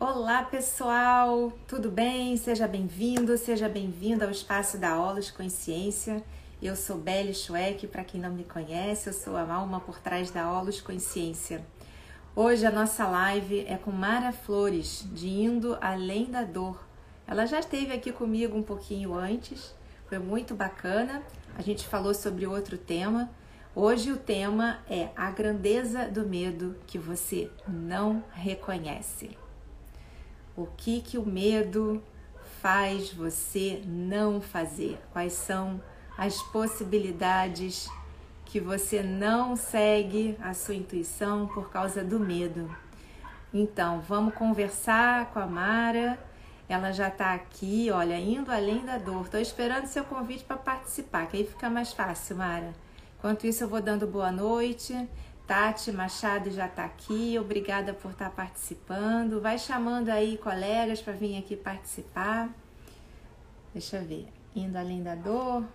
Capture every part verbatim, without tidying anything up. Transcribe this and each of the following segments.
Olá pessoal, tudo bem? Seja bem-vindo, seja bem-vinda ao Espaço da Olos Consciência. Eu sou Belle Schweck, para quem não me conhece, eu sou a alma por trás da Olos Consciência. Hoje a nossa live é com Mara Flores, de Indo Além da Dor. Ela já esteve aqui comigo um pouquinho antes, foi muito bacana, a gente falou sobre outro tema. Hoje o tema é a grandeza do medo que você não reconhece. O que que o medo faz você não fazer? Quais são as possibilidades que você não segue a sua intuição por causa do medo? Então, vamos conversar com a Mara. Ela já está aqui, olha, indo além da dor. Estou esperando seu convite para participar, que aí fica mais fácil, Mara. Enquanto isso, eu vou dando boa noite. Tati Machado já está aqui, obrigada por estar participando. Vai chamando aí colegas para vir aqui participar. Deixa eu ver. Indo além da dor.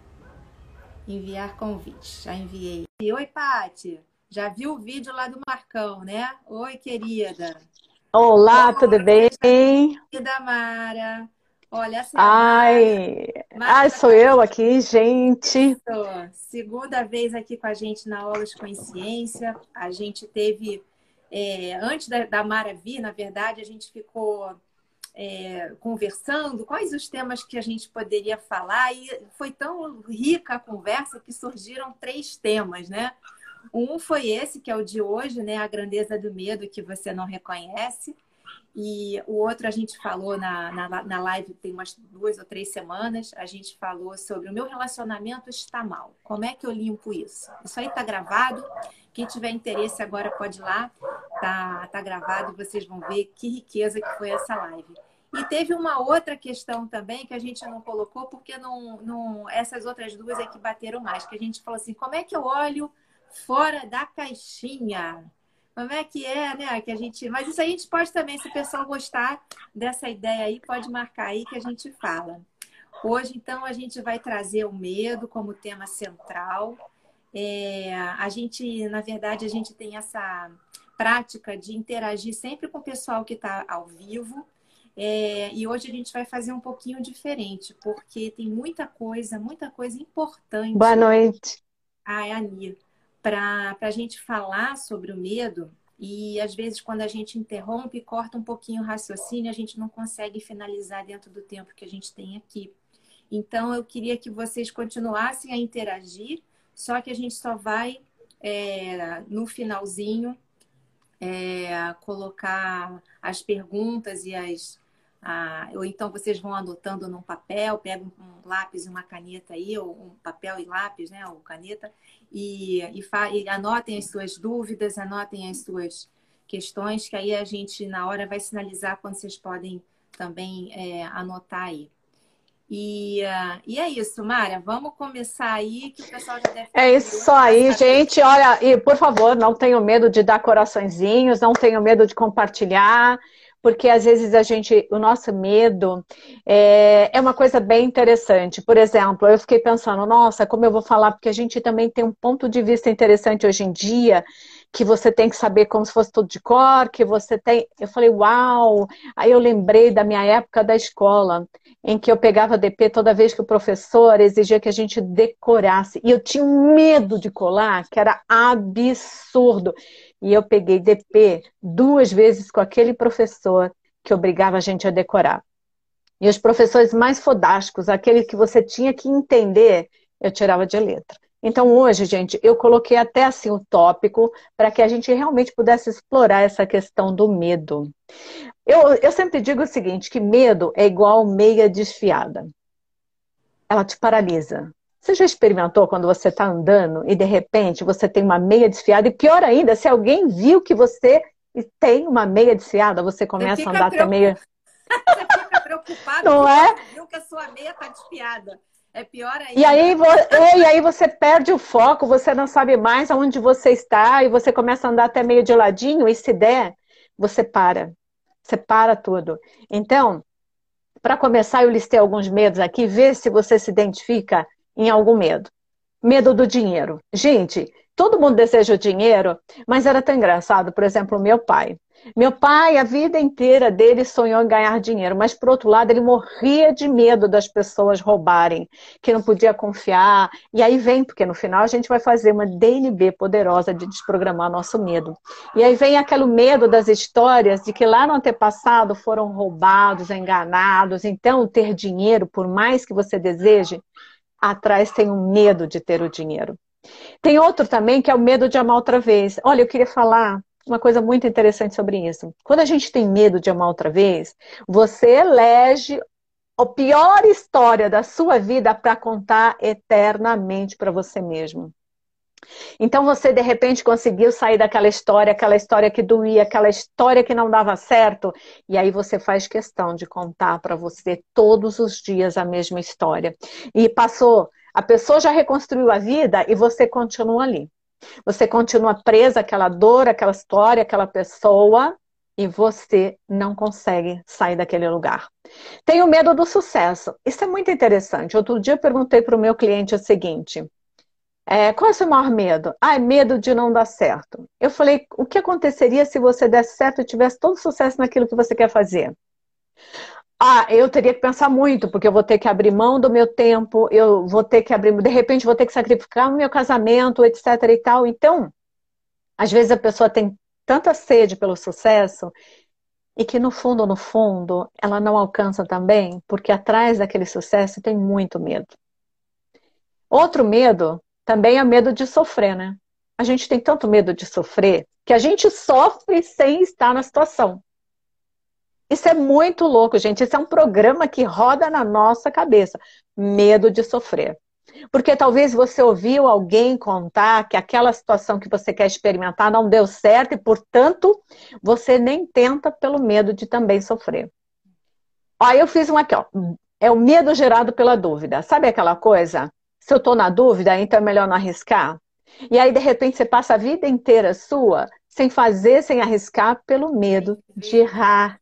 Enviar convite. Já enviei. Oi, Pati. Já viu o vídeo lá do Marcão, né? Oi, querida. Olá, Oi, tudo bem? querida Mara. Olha, essa é a Mara. Ai, Mara ai, já sou está eu aqui, gente. segunda vez aqui com a gente na Aulas Consciência. A gente teve, é, antes da, da Mara vir, na verdade, a gente ficou é, conversando quais os temas que a gente poderia falar e foi tão rica a conversa que surgiram três temas, né? Um foi esse, que é o de hoje, né? A grandeza do medo que você não reconhece. E o outro a gente falou na, na, na live tem umas duas ou três semanas, a gente falou sobre o meu relacionamento está mal. Como é que eu limpo isso? Isso aí está gravado. Quem tiver interesse agora pode ir lá. Tá, tá gravado e vocês vão ver que riqueza que foi essa live. E teve uma outra questão também que a gente não colocou, porque não, não, essas outras duas é que bateram mais. Que a gente falou assim, como é que eu olho fora da caixinha? Como é que é, né? Que a gente... Mas isso aí a gente pode também, se o pessoal gostar dessa ideia aí, pode marcar aí que a gente fala. Hoje, então, a gente vai trazer o medo como tema central. É, a gente, na verdade, a gente tem essa prática de interagir sempre com o pessoal que está ao vivo. É, e hoje a gente vai fazer um pouquinho diferente, porque tem muita coisa, muita coisa Boa importante. noite. Ai, Ani, para a gente falar sobre o medo, e às vezes quando a gente interrompe e corta um pouquinho o raciocínio, a gente não consegue finalizar dentro do tempo que a gente tem aqui. Então, eu queria que vocês continuassem a interagir, só que a gente só vai, é, no finalzinho, é, colocar as perguntas e as... Ah, ou então vocês vão anotando num papel, pegam um lápis e uma caneta aí, ou um papel e lápis, né, ou caneta, e, e, fa- e anotem as suas dúvidas, anotem as suas questões, que aí a gente, na hora, vai sinalizar quando vocês podem também é, anotar aí. E, ah, e é isso, Mara, vamos começar aí, que o pessoal já deve estar É isso curioso para aí, saber. gente. Olha, e por favor, não tenham medo de dar coraçõezinhos, não tenham medo de compartilhar, porque às vezes a gente, o nosso medo é, é uma coisa bem interessante. Por exemplo, eu fiquei pensando, nossa, como eu vou falar, porque a gente também tem um ponto de vista interessante hoje em dia, que você tem que saber como se fosse tudo de cor, que você tem. Eu falei, uau! Aí eu lembrei da minha época da escola, em que eu pegava D P toda vez que o professor exigia que a gente decorasse. E eu tinha um medo de colar, que era absurdo. E eu peguei D P duas vezes com aquele professor que obrigava a gente a decorar. E os professores mais fodásticos, aquele que você tinha que entender, eu tirava de letra. Então hoje, gente, eu coloquei até assim o tópico para que a gente realmente pudesse explorar essa questão do medo. Eu, eu sempre digo o seguinte, que medo é igual meia desfiada. Ela te paralisa. Você já experimentou quando você está andando e de repente você tem uma meia desfiada? E pior ainda, se alguém viu que você tem uma meia desfiada, você Você começa a fica andar até preocupada. meia... Você fica preocupado Não que o é? outro viu que a sua meia está desfiada. É pior E aí, ainda. vo- é, e aí você perde o foco, você não sabe mais aonde você está e você começa a andar até meio de ladinho e se der, você para. Você para tudo. Então, para começar, eu listei alguns medos aqui, vê se você se identifica em algum medo. Medo do dinheiro. Gente, todo mundo deseja o dinheiro, mas era tão engraçado, por exemplo, o meu pai. Meu pai, a vida inteira dele sonhou em ganhar dinheiro, mas por outro lado ele morria de medo das pessoas roubarem, que não podia confiar. E aí vem, porque no final a gente vai fazer uma D N B poderosa de desprogramar nosso medo. E aí vem aquele medo das histórias de que lá no antepassado foram roubados, enganados. Então ter dinheiro, por mais que você deseje, atrás tem um medo de ter o dinheiro. Tem outro também que é o medo de amar outra vez. Olha, eu queria falar uma coisa muito interessante sobre isso. Quando a gente tem medo de amar outra vez, você elege a pior história da sua vida para contar eternamente para você mesmo. Então você de repente conseguiu sair daquela história, aquela história que doía, aquela história que não dava certo, e aí você faz questão de contar para você todos os dias a mesma história. E passou, a pessoa já reconstruiu a vida e você continua ali. Você continua presa àquela dor, àquela história, àquela pessoa, e você não consegue sair daquele lugar. Tem o medo do sucesso. Isso é muito interessante. Outro dia eu perguntei para o meu cliente o seguinte: é, qual é o seu maior medo? Ah, é medo de não dar certo. Eu falei, o que aconteceria se você desse certo e tivesse todo o sucesso naquilo que você quer fazer? Ah, eu teria que pensar muito, porque eu vou ter que abrir mão do meu tempo, eu vou ter que abrir, de repente vou ter que sacrificar o meu casamento, etc e tal. Então, às vezes a pessoa tem tanta sede pelo sucesso e que no fundo, no fundo, ela não alcança também, porque atrás daquele sucesso tem muito medo. Outro medo também é o medo de sofrer, né? A gente tem tanto medo de sofrer que a gente sofre sem estar na situação. Isso é muito louco, gente. Isso é um programa que roda na nossa cabeça. Medo de sofrer. Porque talvez você ouviu alguém contar que aquela situação que você quer experimentar não deu certo e, portanto, você nem tenta pelo medo de também sofrer. Ó, eu fiz um aqui, ó. É o medo gerado pela dúvida. Sabe aquela coisa? Se eu tô na dúvida, então é melhor não arriscar. E aí, de repente, você passa a vida inteira sua sem fazer, sem arriscar, pelo medo de errar.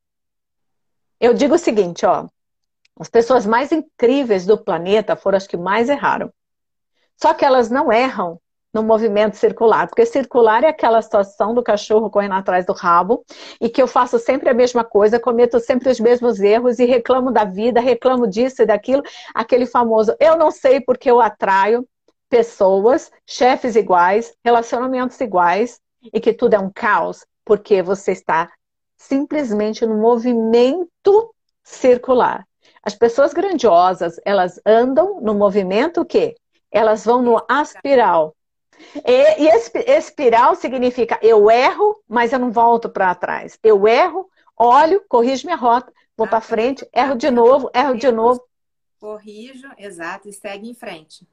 Eu digo o seguinte, ó, as pessoas mais incríveis do planeta foram as que mais erraram. Só que elas não erram no movimento circular, porque circular é aquela situação do cachorro correndo atrás do rabo, e que eu faço sempre a mesma coisa, cometo sempre os mesmos erros e reclamo da vida, reclamo disso e daquilo, aquele famoso, eu não sei porque eu atraio pessoas, chefes iguais, relacionamentos iguais, e que tudo é um caos, porque você está simplesmente no movimento circular. As pessoas grandiosas, elas andam no movimento o quê? Elas vão no aspiral. E, e espiral significa eu erro, mas eu não volto para trás. Eu erro, olho, corrijo minha rota, vou para frente, erro de novo, erro de novo. Corrijo, exato, e segue em frente.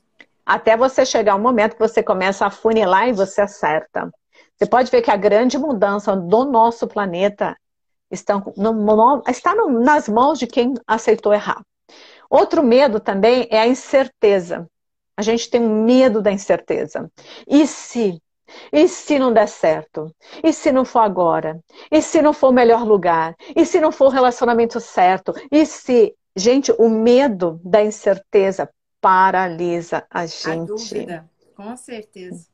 Até você chegar um momento que você começa a funilar e você acerta. Você pode ver que a grande mudança do nosso planeta estão no, no, está no, nas mãos de quem aceitou errar. Outro medo também é a incerteza. A gente tem um medo da incerteza. E se? E se não der certo? E se não for agora? E se não for o melhor lugar? E se não for o relacionamento certo? E se? Gente, o medo da incerteza paralisa a gente. A dúvida, com certeza.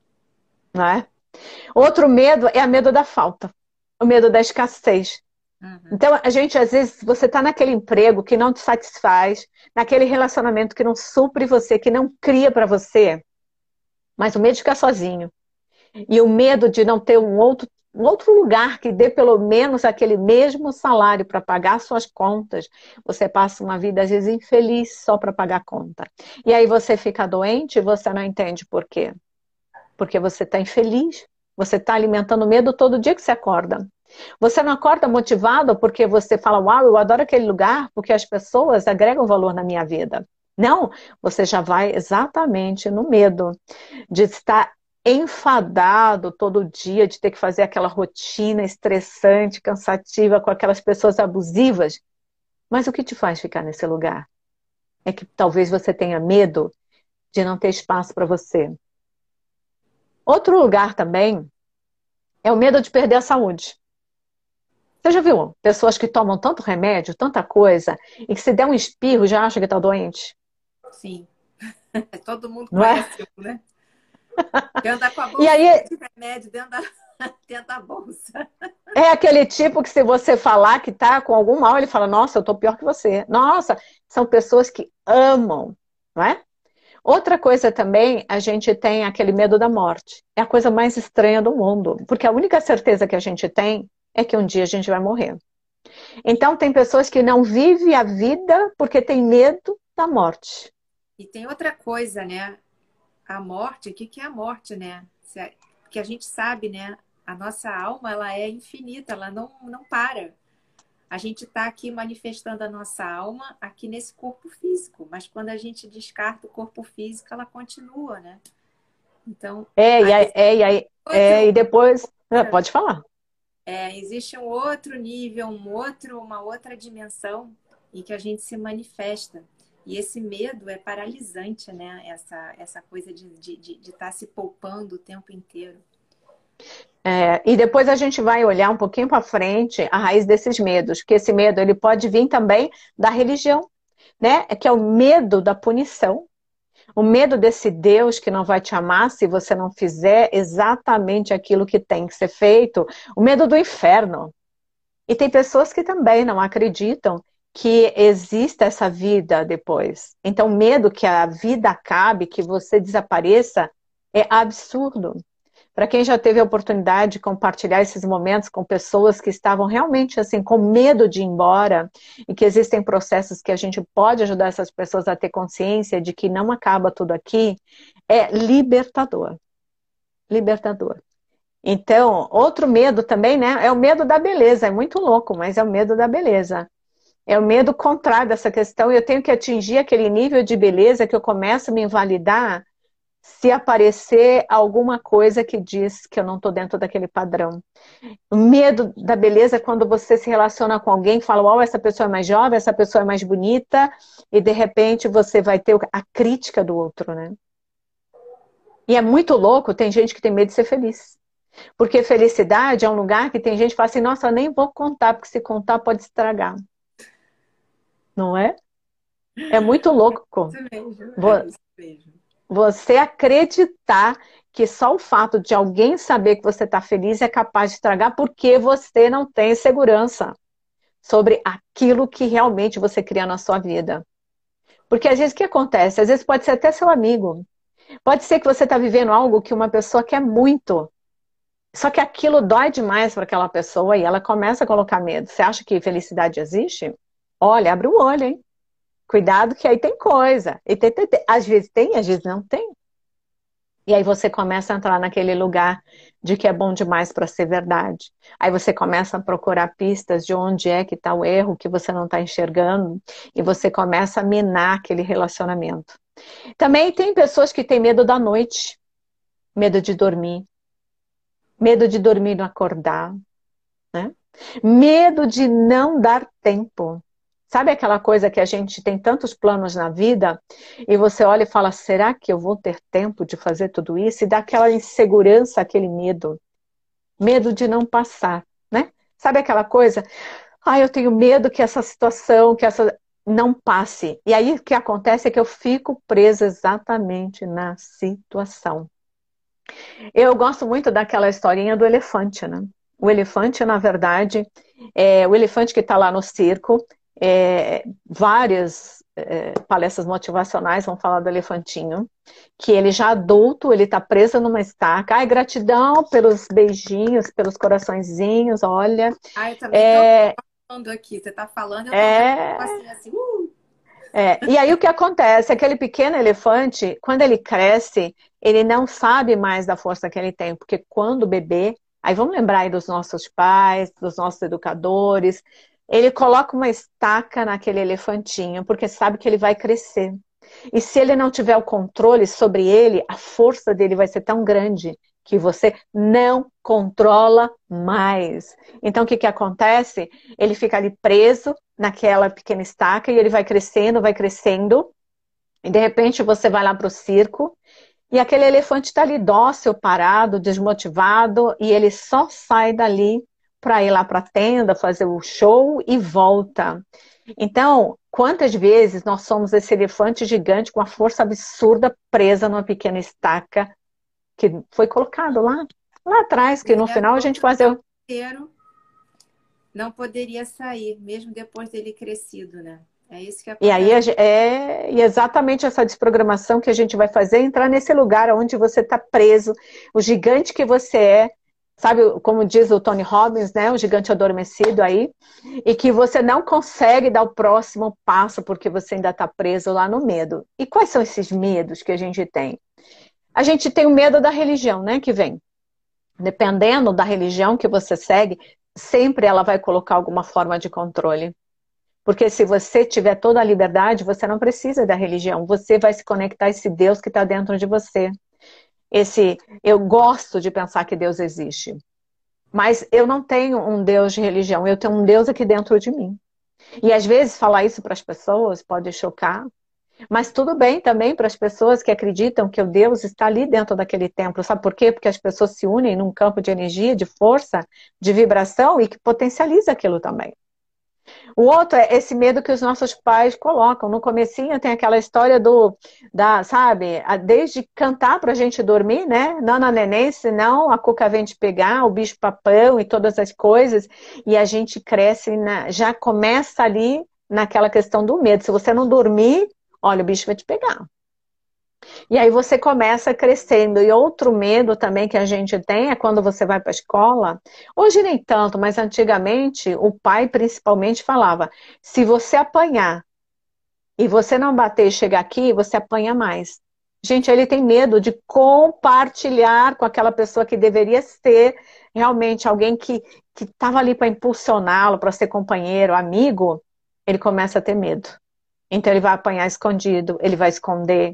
Não é? Outro medo é o medo da falta. O medo da escassez. Uhum. Então, a gente, às vezes, você está naquele emprego que não te satisfaz, naquele relacionamento que não supre você, que não cria para você, mas o medo de ficar sozinho. E o medo de não ter um outro, um outro lugar que dê pelo menos aquele mesmo salário para pagar suas contas. Você passa uma vida, às vezes, infeliz só para pagar a conta. E aí você fica doente e você não entende por quê. Porque você está infeliz. Você está alimentando medo todo dia que você acorda. Você não acorda motivado porque você fala, uau, eu adoro aquele lugar, porque as pessoas agregam valor na minha vida. Não, você já vai exatamente no medo de estar enfadado todo dia, de ter que fazer aquela rotina estressante, cansativa, com aquelas pessoas abusivas. Mas o que te faz ficar nesse lugar? É que talvez você tenha medo de não ter espaço para você. Outro lugar também é o medo de perder a saúde. Você já viu pessoas que tomam tanto remédio, tanta coisa, e que se der um espirro já acha que está doente? Sim. Todo mundo não conhece, é? né? Que anda com a bolsa e aí... de remédio dentro da... Dentro da bolsa. É aquele tipo que se você falar que tá com algum mal, ele fala, nossa, eu tô pior que você. Nossa, são pessoas que amam, não é? Outra coisa também, a gente tem aquele medo da morte. É a coisa mais estranha do mundo, porque a única certeza que a gente tem é que um dia a gente vai morrer. Então tem pessoas que não vivem a vida porque tem medo da morte. E tem outra coisa, né? A morte, o que que é a morte, né? Se a- Que a gente sabe, né? A nossa alma, ela é infinita, ela não, não para. A gente está aqui manifestando a nossa alma aqui nesse corpo físico, mas quando a gente descarta o corpo físico, ela continua, né? Então, É, e aí aí, existe é, e aí, é, outro, e depois, é, pode falar. é, existe um outro nível, um outro, uma outra dimensão em que a gente se manifesta. E esse medo é paralisante, né? Essa, essa coisa de estar de, de, de estar se poupando o tempo inteiro. É, e depois a gente vai olhar um pouquinho para frente a raiz desses medos, porque esse medo ele pode vir também da religião, né? Que é o medo da punição, o medo desse Deus que não vai te amar se você não fizer exatamente aquilo que tem que ser feito, o medo do inferno. E tem pessoas que também não acreditam que exista essa vida depois. Então, medo que a vida acabe, que você desapareça, é absurdo. Para quem já teve a oportunidade de compartilhar esses momentos com pessoas que estavam realmente assim com medo de ir embora e que existem processos que a gente pode ajudar essas pessoas a ter consciência de que não acaba tudo aqui, é libertador. Libertador. Então, outro medo também, né? É o medo da beleza. É muito louco, mas é o medo da beleza. É o medo contrário dessa questão. Eu tenho que atingir aquele nível de beleza que eu começo a me invalidar se aparecer alguma coisa que diz que eu não estou dentro daquele padrão. O medo da beleza é quando você se relaciona com alguém e fala, uau, essa pessoa é mais jovem, essa pessoa é mais bonita, e de repente você vai ter a crítica do outro, né? E é muito louco, tem gente que tem medo de ser feliz. Porque felicidade é um lugar que tem gente que fala assim, nossa, eu nem vou contar, porque se contar pode estragar. Não é? É muito louco. Isso mesmo, é Vo- isso mesmo. Você acreditar que só o fato de alguém saber que você está feliz é capaz de estragar porque você não tem segurança sobre aquilo que realmente você cria na sua vida. Porque às vezes o que acontece? Às vezes pode ser até seu amigo. Pode ser que você está vivendo algo que uma pessoa quer muito. Só que aquilo dói demais para aquela pessoa e ela começa a colocar medo. Você acha que felicidade existe? Olha, abre o olho, hein? Cuidado que aí tem coisa. E tem, tem, tem. Às vezes tem, às vezes não tem. E aí você começa a entrar naquele lugar de que é bom demais para ser verdade. Aí você começa a procurar pistas de onde é que está o erro que você não está enxergando. E você começa a minar aquele relacionamento. Também tem pessoas que têm medo da noite. Medo de dormir. Medo de dormir e não acordar. Né? Medo de não dar tempo. Sabe aquela coisa que a gente tem tantos planos na vida e você olha e fala, será que eu vou ter tempo de fazer tudo isso? E dá aquela insegurança, aquele medo. Medo de não passar, né? Sabe aquela coisa? Ah, eu tenho medo que essa situação, que essa não passe. E aí o que acontece é que eu fico presa exatamente na situação. Eu gosto muito daquela historinha do elefante, né? O elefante, na verdade, é o elefante que está lá no circo. É, várias é, palestras motivacionais vão falar do elefantinho, que ele já adulto, ele está preso numa estaca. Ai, gratidão pelos beijinhos, pelos coraçõezinhos, olha. Ah, eu também estou É, falando aqui. Você está falando, eu estou vendo um é, negocinho assim. Uh! É, e aí o que acontece? Aquele pequeno elefante, quando ele cresce, ele não sabe mais da força que ele tem, porque quando bebê, aí vamos lembrar aí dos nossos pais, dos nossos educadores, ele coloca uma estaca naquele elefantinho, porque sabe que ele vai crescer. E se ele não tiver o controle sobre ele, a força dele vai ser tão grande que você não controla mais. Então o que que acontece? Ele fica ali preso naquela pequena estaca e ele vai crescendo, vai crescendo, e de repente você vai lá para o circo e aquele elefante está ali dócil, parado, desmotivado, e ele só sai dali para ir lá para a tenda, fazer o show e volta. Então, quantas vezes nós somos esse elefante gigante com uma força absurda presa numa pequena estaca que foi colocado lá? lá atrás, que no Ele era final a gente fazia... inteiro, não poderia sair, mesmo depois dele crescido, né? É isso que E aí acontece. é e exatamente essa desprogramação que a gente vai fazer é entrar nesse lugar onde você está preso, o gigante que você é, sabe, como diz o Tony Robbins, né, o gigante adormecido aí, e que você não consegue dar o próximo passo porque você ainda está preso lá no medo. E quais são esses medos que a gente tem? A gente tem o medo da religião, né, que vem. Dependendo da religião que você segue, sempre ela vai colocar alguma forma de controle. Porque se você tiver toda a liberdade, você não precisa da religião. Você vai se conectar a esse Deus que está dentro de você. Esse, eu gosto de pensar que Deus existe. Mas eu não tenho um Deus de religião. Eu tenho um Deus aqui dentro de mim. E às vezes falar isso para as pessoas pode chocar. Mas tudo bem também para as pessoas que acreditam que o Deus está ali dentro daquele templo. Sabe por quê? Porque as pessoas se unem num campo de energia, de força, de vibração e que potencializa aquilo também. O outro é esse medo que os nossos pais colocam. No comecinho tem aquela história do, da, sabe, desde cantar pra gente dormir, né? Nana neném, senão a cuca vem te pegar, o bicho papão e todas as coisas. E a gente cresce, na, já começa ali naquela questão do medo. Se você não dormir, olha, o bicho vai te pegar. E aí você começa crescendo. E outro medo também que a gente tem é quando você vai para a escola. Hoje nem tanto, mas antigamente o pai principalmente falava: se você apanhar e você não bater e chegar aqui, você apanha mais. Gente, ele tem medo de compartilhar com aquela pessoa que deveria ser realmente alguém que que estava ali para impulsioná-lo, para ser companheiro, amigo. Ele começa a ter medo. Então ele vai apanhar escondido, ele vai esconder.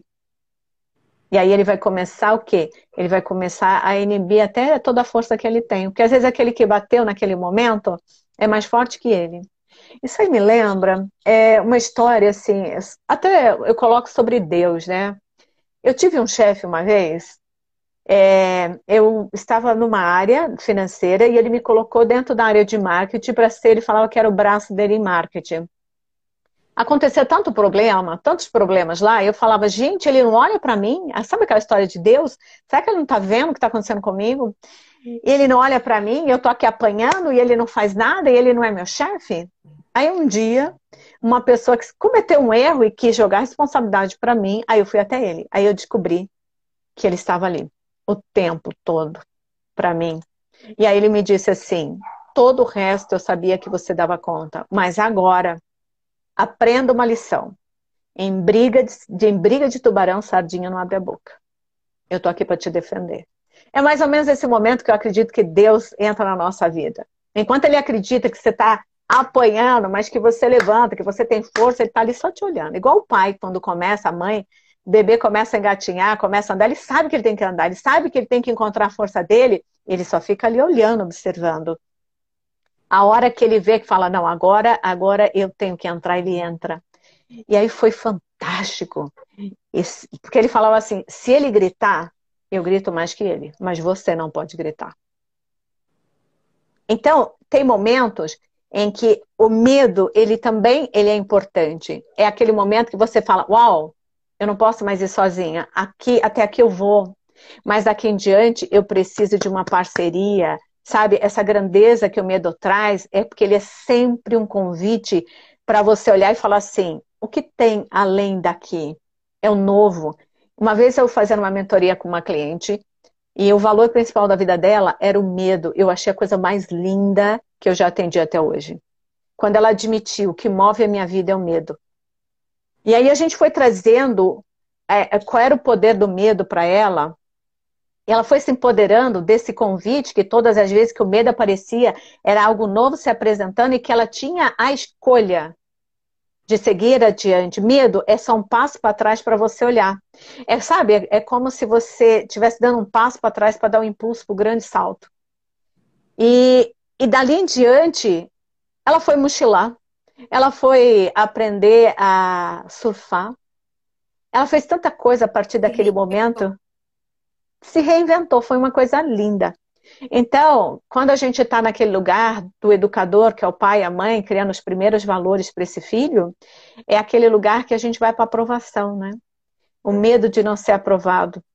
E aí ele vai começar o quê? Ele vai começar a inibir até toda a força que ele tem. Porque às vezes aquele que bateu naquele momento é mais forte que ele. Isso aí me lembra é, uma história assim, até eu coloco sobre Deus, né? Eu tive um chefe uma vez, é, eu estava numa área financeira e ele me colocou dentro da área de marketing para ser, ele falava que era o braço dele em marketing. Acontecia tanto problema, tantos problemas lá, eu falava, gente, ele não olha para mim? Sabe aquela história de Deus? Será que ele não está vendo o que está acontecendo comigo? E ele não olha para mim, eu tô aqui apanhando e ele não faz nada e ele não é meu chefe? Aí um dia, uma pessoa que cometeu um erro e quis jogar a responsabilidade para mim, aí eu fui até ele. Aí eu descobri que ele estava ali o tempo todo para mim. E aí ele me disse assim, todo o resto eu sabia que você dava conta, mas agora aprenda uma lição. Em briga de, de, em briga de tubarão, sardinha não abre a boca. Eu tô aqui para te defender. É mais ou menos esse momento que eu acredito que Deus entra na nossa vida. Enquanto Ele acredita que você está apanhando, mas que você levanta, que você tem força, Ele está ali só te olhando. Igual o pai, quando começa, a mãe, o bebê começa a engatinhar, começa a andar, ele sabe que ele tem que andar, ele sabe que ele tem que encontrar a força dele, ele só fica ali olhando, observando. A hora que ele vê que fala, não, agora, agora eu tenho que entrar, ele entra. E aí foi fantástico. Esse, porque ele falava assim, se ele gritar, eu grito mais que ele, mas você não pode gritar. Então, tem momentos em que o medo, ele também ele é importante. É aquele momento que você fala, uau, eu não posso mais ir sozinha. Aqui, até aqui eu vou. Mas daqui em diante eu preciso de uma parceria. Sabe, essa grandeza que o medo traz é porque ele é sempre um convite para você olhar e falar assim, o que tem além daqui? É o novo. Uma vez eu fazendo uma mentoria com uma cliente e o valor principal da vida dela era o medo. Eu achei a coisa mais linda que eu já atendi até hoje. Quando ela admitiu que move a minha vida é o medo. E aí a gente foi trazendo é, qual era o poder do medo para ela. E ela foi se empoderando desse convite, que todas as vezes que o medo aparecia, era algo novo se apresentando e que ela tinha a escolha de seguir adiante. Medo é só um passo para trás para você olhar. É, sabe, é, é como se você estivesse dando um passo para trás para dar um impulso para o grande salto. E, e dali em diante, ela foi mochilar, ela foi aprender a surfar, ela fez tanta coisa a partir daquele momento. Se reinventou, foi uma coisa linda. Então, quando a gente está naquele lugar do educador, que é o pai e a mãe, criando os primeiros valores para esse filho, é aquele lugar que a gente vai para aprovação, né? O medo de não ser aprovado.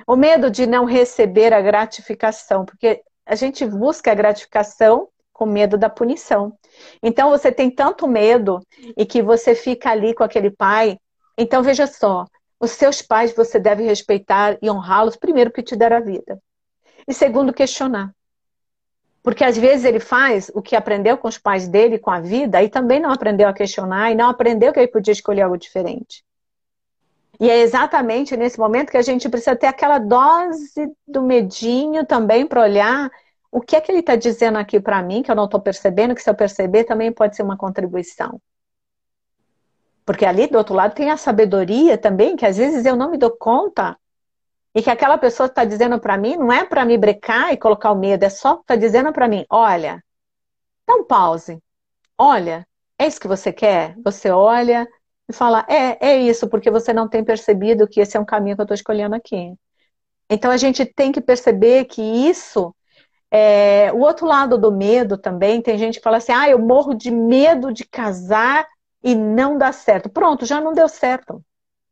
O medo de não receber a gratificação, porque a gente busca a gratificação com medo da punição. Então você tem tanto medo e que você fica ali com aquele pai. Então veja só, os seus pais você deve respeitar e honrá-los, primeiro que te deram a vida. E segundo, questionar. Porque às vezes ele faz o que aprendeu com os pais dele, com a vida, e também não aprendeu a questionar, e não aprendeu que ele podia escolher algo diferente. E é exatamente nesse momento que a gente precisa ter aquela dose do medinho também para olhar o que é que ele está dizendo aqui para mim, que eu não estou percebendo, que se eu perceber também pode ser uma contribuição. Porque ali do outro lado tem a sabedoria também, que às vezes eu não me dou conta, e que aquela pessoa está dizendo para mim, não é para me brecar e colocar o medo, é só está dizendo para mim, olha, dá um pause, olha, é isso que você quer? Você olha e fala, é, é isso, porque você não tem percebido que esse é um caminho que eu estou escolhendo aqui. Então a gente tem que perceber que isso, é, o outro lado do medo também, tem gente que fala assim, ah, eu morro de medo de casar e não dá certo. Pronto, já não deu certo.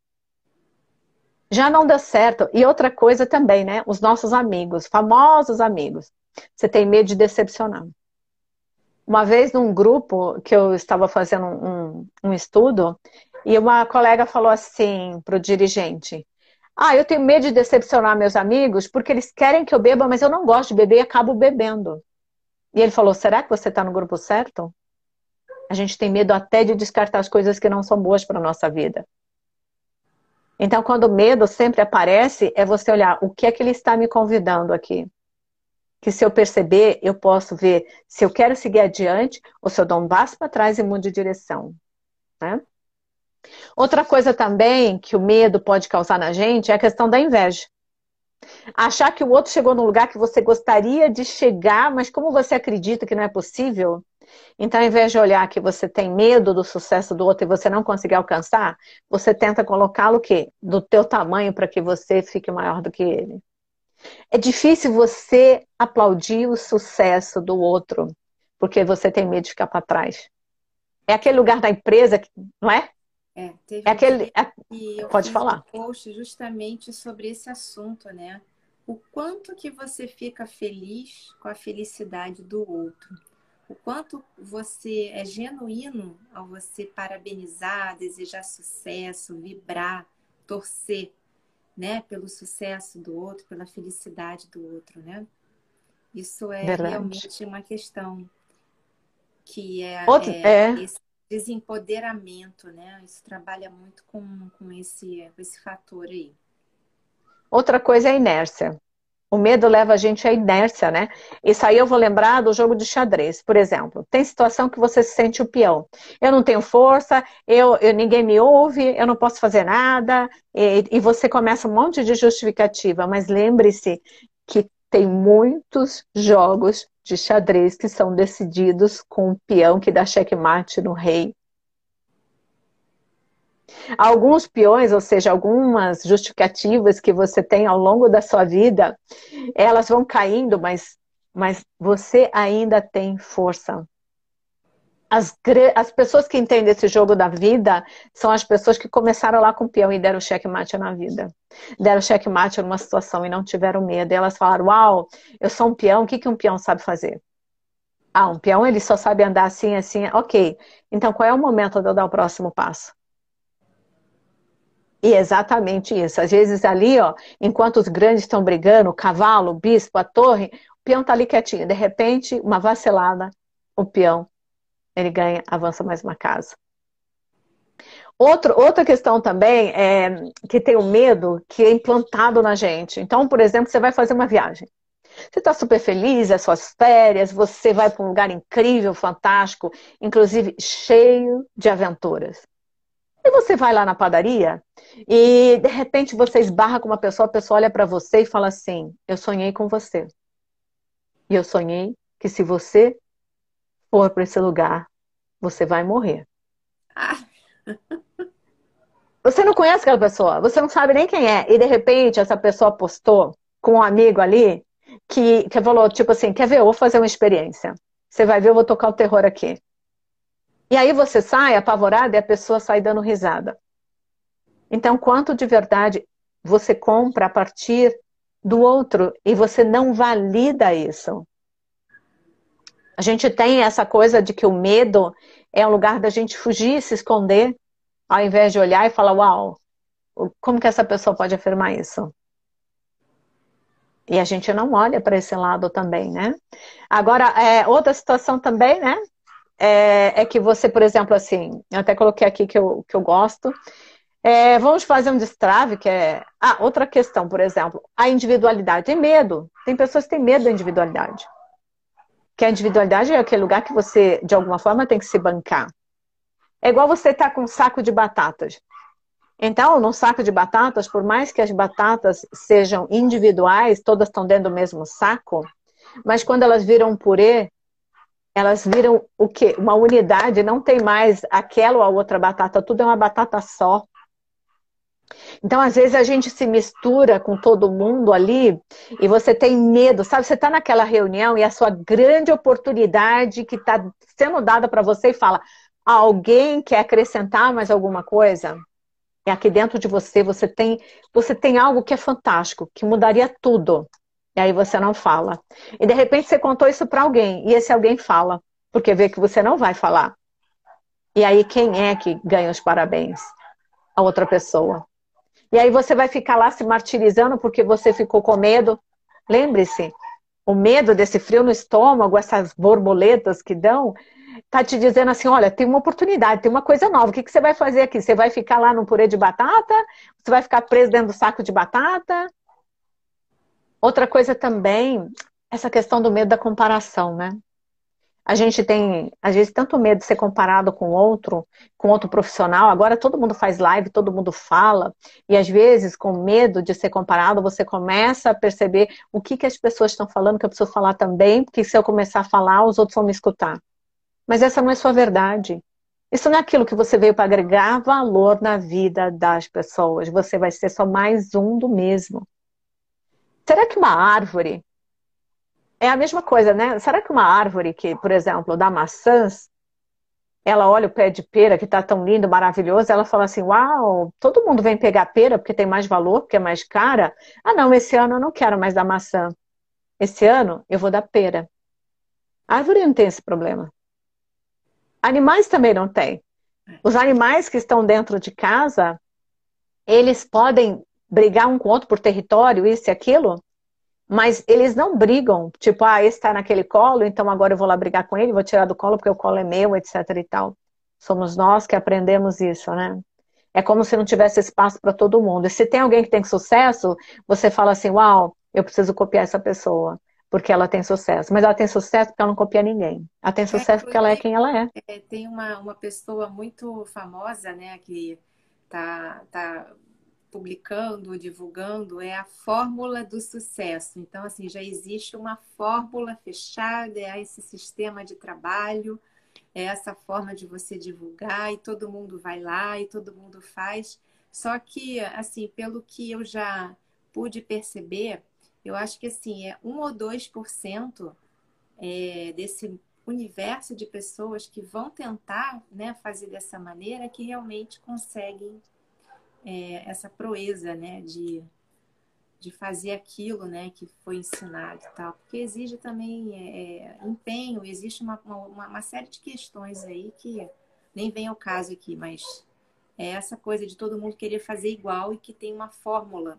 Já não deu certo. E outra coisa também, né? Os nossos amigos, famosos amigos. Você tem medo de decepcionar. Uma vez num grupo que eu estava fazendo um, um estudo, e uma colega falou assim para o dirigente, ah, eu tenho medo de decepcionar meus amigos porque eles querem que eu beba, mas eu não gosto de beber e acabo bebendo. E ele falou, será que você está no grupo certo? A gente tem medo até de descartar as coisas que não são boas para a nossa vida. Então, quando o medo sempre aparece, é você olhar o que é que ele está me convidando aqui. Que se eu perceber, eu posso ver se eu quero seguir adiante ou se eu dou um passo para trás e mudo de direção. Né? Outra coisa também que o medo pode causar na gente é a questão da inveja. Achar que o outro chegou num lugar que você gostaria de chegar, mas como você acredita que não é possível, então ao invés de olhar que você tem medo do sucesso do outro e você não conseguir alcançar, você tenta colocá-lo o quê? Do teu tamanho para que você fique maior do que ele. É difícil você aplaudir o sucesso do outro, porque você tem medo de ficar para trás. É aquele lugar da empresa, não é? É, teve é um aquele... dia que eu Pode fiz falar. um post justamente sobre esse assunto, né? O quanto que você fica feliz com a felicidade do outro. O quanto você é genuíno ao você parabenizar, desejar sucesso, vibrar, torcer, né? Pelo sucesso do outro, pela felicidade do outro, né? Isso é Verdade. realmente uma questão que é, Outro... é é... esse desempoderamento, né? Isso trabalha muito com, com, esse, com esse fator aí. Outra coisa é a inércia. O medo leva a gente à inércia, né? Isso aí eu vou lembrar do jogo de xadrez, por exemplo. Tem situação que você se sente o peão. Eu não tenho força, eu, eu, ninguém me ouve, eu não posso fazer nada, e, e você começa um monte de justificativa. Mas lembre-se que tem muitos jogos de xadrez que são decididos com um peão que dá checkmate no rei. Alguns peões, ou seja, algumas justificativas que você tem ao longo da sua vida, elas vão caindo, mas, mas você ainda tem força. As, as pessoas que entendem esse jogo da vida são as pessoas que começaram lá com o peão e deram checkmate na vida. Deram checkmate numa situação e não tiveram medo. E elas falaram, uau, eu sou um peão, o que, que um peão sabe fazer? Ah, um peão ele só sabe andar assim, assim, ok. Então qual é o momento de eu dar o próximo passo? E é exatamente isso. Às vezes ali, ó, enquanto os grandes estão brigando, o cavalo, o bispo, a torre, o peão tá ali quietinho. De repente, uma vacilada, o peão, ele ganha, avança mais uma casa. Outro, outra questão também é que tem o medo que é implantado na gente. Então, por exemplo, você vai fazer uma viagem. Você está super feliz, é suas férias, você vai para um lugar incrível, fantástico, inclusive cheio de aventuras. E você vai lá na padaria e de repente você esbarra com uma pessoa, a pessoa olha para você e fala assim, eu sonhei com você. E eu sonhei que se você for para esse lugar, você vai morrer. Ah. Você não conhece aquela pessoa, você não sabe nem quem é. E de repente essa pessoa postou com um amigo ali que, que falou, tipo assim, quer ver, eu vou fazer uma experiência. Você vai ver, eu vou tocar o terror aqui. E aí você sai apavorada e a pessoa sai dando risada. Então, quanto de verdade você compra a partir do outro e você não valida isso. A gente tem essa coisa de que o medo é um lugar da gente fugir, se esconder, ao invés de olhar e falar, uau, como que essa pessoa pode afirmar isso? E a gente não olha para esse lado também, né? Agora, é, outra situação também, né? É, é que você, por exemplo, assim, eu até coloquei aqui que eu, que eu gosto. É, vamos fazer um destrave, que é... Ah, outra questão, por exemplo, a individualidade. Tem medo. Tem pessoas que têm medo da individualidade. Que a individualidade é aquele lugar que você, de alguma forma, tem que se bancar. É igual você estar com um saco de batatas. Então, num saco de batatas, por mais que as batatas sejam individuais, todas estão dentro do mesmo saco, mas quando elas viram um purê, elas viram o quê? Uma unidade, não tem mais aquela ou a outra batata, tudo é uma batata só. Então, às vezes, a gente se mistura com todo mundo ali e você tem medo, sabe? Você está naquela reunião e a sua grande oportunidade que está sendo dada para você e fala, alguém quer acrescentar mais alguma coisa? E aqui dentro de você, você tem, você tem algo que é fantástico, que mudaria tudo. E aí você não fala. E de repente você contou isso para alguém, e esse alguém fala, porque vê que você não vai falar. E aí quem é que ganha os parabéns? A outra pessoa. E aí você vai ficar lá se martirizando porque você ficou com medo. Lembre-se, o medo desse frio no estômago, essas borboletas que dão, tá te dizendo assim, olha, tem uma oportunidade, tem uma coisa nova, o que, que você vai fazer aqui? Você vai ficar lá no purê de batata? Você vai ficar preso dentro do saco de batata? Outra coisa também, essa questão do medo da comparação, né? A gente tem, às vezes, tanto medo de ser comparado com outro, com outro profissional. Agora todo mundo faz live, todo mundo fala. E às vezes, com medo de ser comparado, você começa a perceber o que, que as pessoas estão falando, que eu preciso falar também, porque se eu começar a falar, os outros vão me escutar. Mas essa não é sua verdade. Isso não é aquilo que você veio para agregar valor na vida das pessoas. Você vai ser só mais um do mesmo. Será que uma árvore... É a mesma coisa, né? Será que uma árvore que, por exemplo, dá maçãs, ela olha o pé de pera que está tão lindo, maravilhoso, ela fala assim, uau, todo mundo vem pegar pera porque tem mais valor, porque é mais cara. Ah, não, esse ano eu não quero mais dar maçã. Esse ano eu vou dar pera. A árvore não tem esse problema. Animais também não têm. Os animais que estão dentro de casa, eles podem brigar um com o outro por território, isso e aquilo, mas eles não brigam, tipo, ah, esse está naquele colo, então agora eu vou lá brigar com ele, vou tirar do colo porque o colo é meu, etc e tal. Somos nós que aprendemos isso, né? É como se não tivesse espaço para todo mundo. E se tem alguém que tem sucesso, você fala assim, uau, eu preciso copiar essa pessoa, porque ela tem sucesso. Mas ela tem sucesso porque ela não copia ninguém. Ela tem É, sucesso porque ela é inclusive, quem ela é. é, tem uma, uma pessoa muito famosa, né, que tá, tá publicando, divulgando, é a fórmula do sucesso. Então, assim, já existe uma fórmula fechada, é esse sistema de trabalho, é essa forma de você divulgar e todo mundo vai lá e todo mundo faz. Só que, assim, pelo que eu já pude perceber, eu acho que, assim, é um ou dois por cento é, desse universo de pessoas que vão tentar, né, fazer dessa maneira que realmente conseguem é, essa proeza, né, de, de fazer aquilo, né, que foi ensinado e tal. Porque exige também é, empenho, existe uma, uma, uma série de questões aí que nem vem ao caso aqui, mas é essa coisa de todo mundo querer fazer igual e que tem uma fórmula.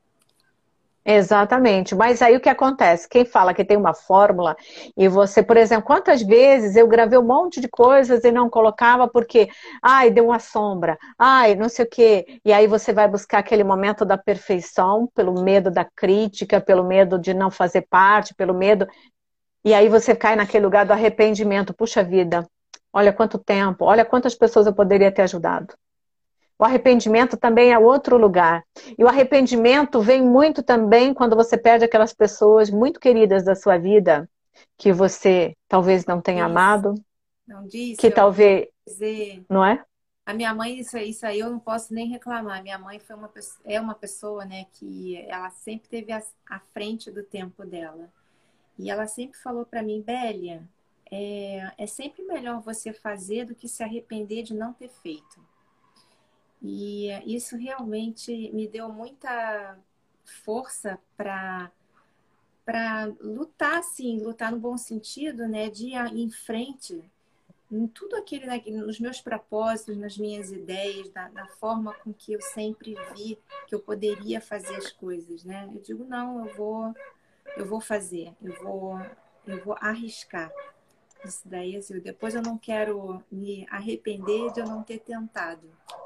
Exatamente, mas aí o que acontece? Quem fala que tem uma fórmula e você, por exemplo, quantas vezes eu gravei um monte de coisas e não colocava porque, ai, deu uma sombra, ai, não sei o quê, e aí você vai buscar aquele momento da perfeição pelo medo da crítica, pelo medo de não fazer parte, pelo medo, e aí você cai naquele lugar do arrependimento, puxa vida, olha quanto tempo, olha quantas pessoas eu poderia ter ajudado. O arrependimento também é outro lugar. E o arrependimento vem muito também quando você perde aquelas pessoas muito queridas da sua vida, que você talvez não tenha Disse, amado, não disse, que eu vou talvez, dizer. não é? A minha mãe, isso, aí- isso aí eu não posso nem reclamar. Minha mãe foi uma, pesso- é uma pessoa, né, que ela sempre teve à à frente do tempo dela. E ela sempre falou para mim, Bélia, é, é sempre melhor você fazer do que se arrepender de não ter feito. E isso realmente me deu muita força para para lutar, assim, lutar no bom sentido, né? De ir em frente em tudo aquele, né, nos meus propósitos, nas minhas ideias, da, da forma com que eu sempre vi que eu poderia fazer as coisas, né? Eu digo, não, eu vou, eu vou fazer, eu vou, eu vou arriscar. Isso daí, assim, depois eu não quero me arrepender de eu não ter tentado.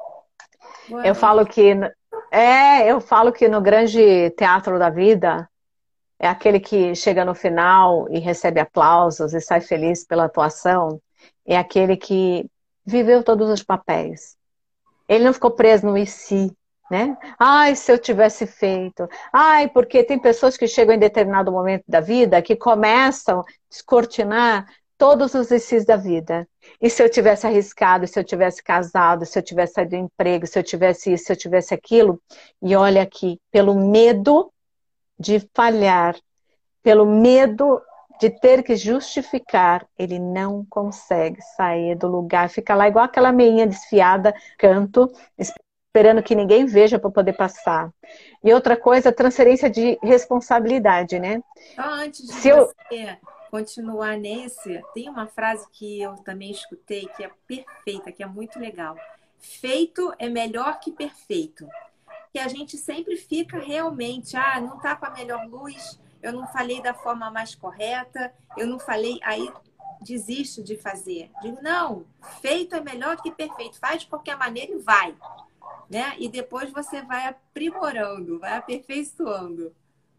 Eu Boa, falo que é, eu falo que no grande teatro da vida é aquele que chega no final e recebe aplausos e sai feliz pela atuação, é aquele que viveu todos os papéis. Ele não ficou preso no e se, né? Ai, se eu tivesse feito. Ai, porque tem pessoas que chegam em determinado momento da vida que começam a descortinar todos os e se's da vida. E se eu tivesse arriscado, se eu tivesse casado, se eu tivesse saído do emprego, se eu tivesse isso, se eu tivesse aquilo. E olha aqui, pelo medo de falhar, pelo medo de ter que justificar, ele não consegue sair do lugar, fica lá igual aquela meinha desfiada, canto, esperando que ninguém veja para poder passar. E outra coisa, transferência de responsabilidade, né? só antes de Se eu... você continuar nesse, tem uma frase que eu também escutei que é perfeita, que é muito legal. Feito é melhor que perfeito. Que a gente sempre fica realmente, ah, não tá com a melhor luz, eu não falei da forma mais correta, eu não falei, aí desisto de fazer. Digo, não, feito é melhor que perfeito, faz de qualquer maneira e vai, né? E depois você vai aprimorando, vai aperfeiçoando.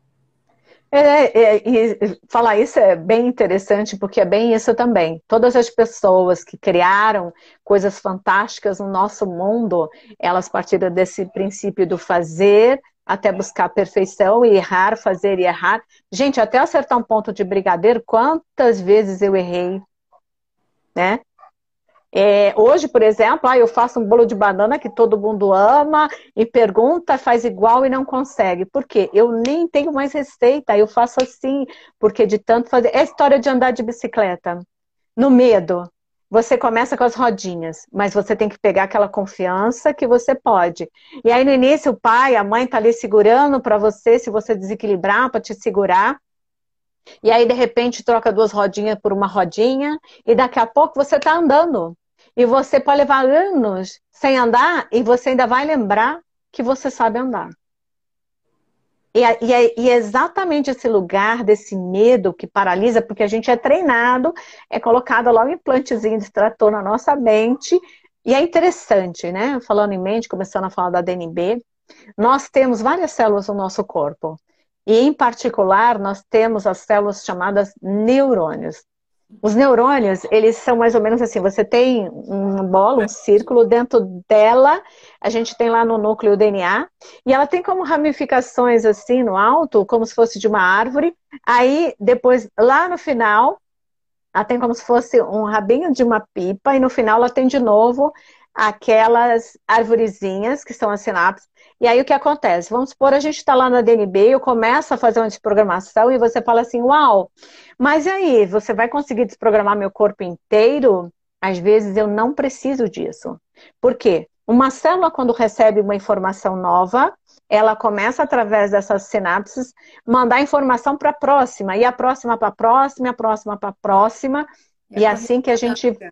É, é, e falar isso é bem interessante, porque é bem isso também. Todas as pessoas que criaram coisas fantásticas no nosso mundo, elas partiram desse princípio do fazer até buscar a perfeição e errar, fazer e errar. Gente, até acertar um ponto de brigadeiro, quantas vezes eu errei, né? É, hoje, por exemplo, ah, eu faço um bolo de banana que todo mundo ama e pergunta, faz igual e não consegue. Por quê? Eu nem tenho mais receita, eu faço assim, porque de tanto fazer. É a história de andar de bicicleta. No medo, você começa com as rodinhas, mas você tem que pegar aquela confiança que você pode. E aí no início o pai, a mãe tá ali segurando para você, se você desequilibrar, para te segurar. E aí de repente troca duas rodinhas por uma rodinha e daqui a pouco você tá andando. E você pode levar anos sem andar e você ainda vai lembrar que você sabe andar. E é, e, é, e é exatamente esse lugar desse medo que paralisa, porque a gente é treinado, é colocado logo um implantezinho de extrator na nossa mente. E é interessante, né? Falando em mente, começando a falar da D N B, nós temos várias células no nosso corpo. E em particular, nós temos as células chamadas neurônios. Os neurônios, eles são mais ou menos assim, você tem uma bola, um círculo, dentro dela, a gente tem lá no núcleo o D N A, e ela tem como ramificações assim no alto, como se fosse de uma árvore, aí depois, lá no final, ela tem como se fosse um rabinho de uma pipa, e no final ela tem de novo aquelas arvorezinhas, que são as sinapses. E aí o que acontece? Vamos supor, a gente está lá na D N B, eu começo a fazer uma desprogramação e você fala assim, uau, mas e aí, você vai conseguir desprogramar meu corpo inteiro? Às vezes eu não preciso disso. Por quê? Uma célula, quando recebe uma informação nova, ela começa, através dessas sinapses, mandar informação para a próxima, e a próxima para a próxima, a próxima para a próxima, É e é assim que a gente... correspondência.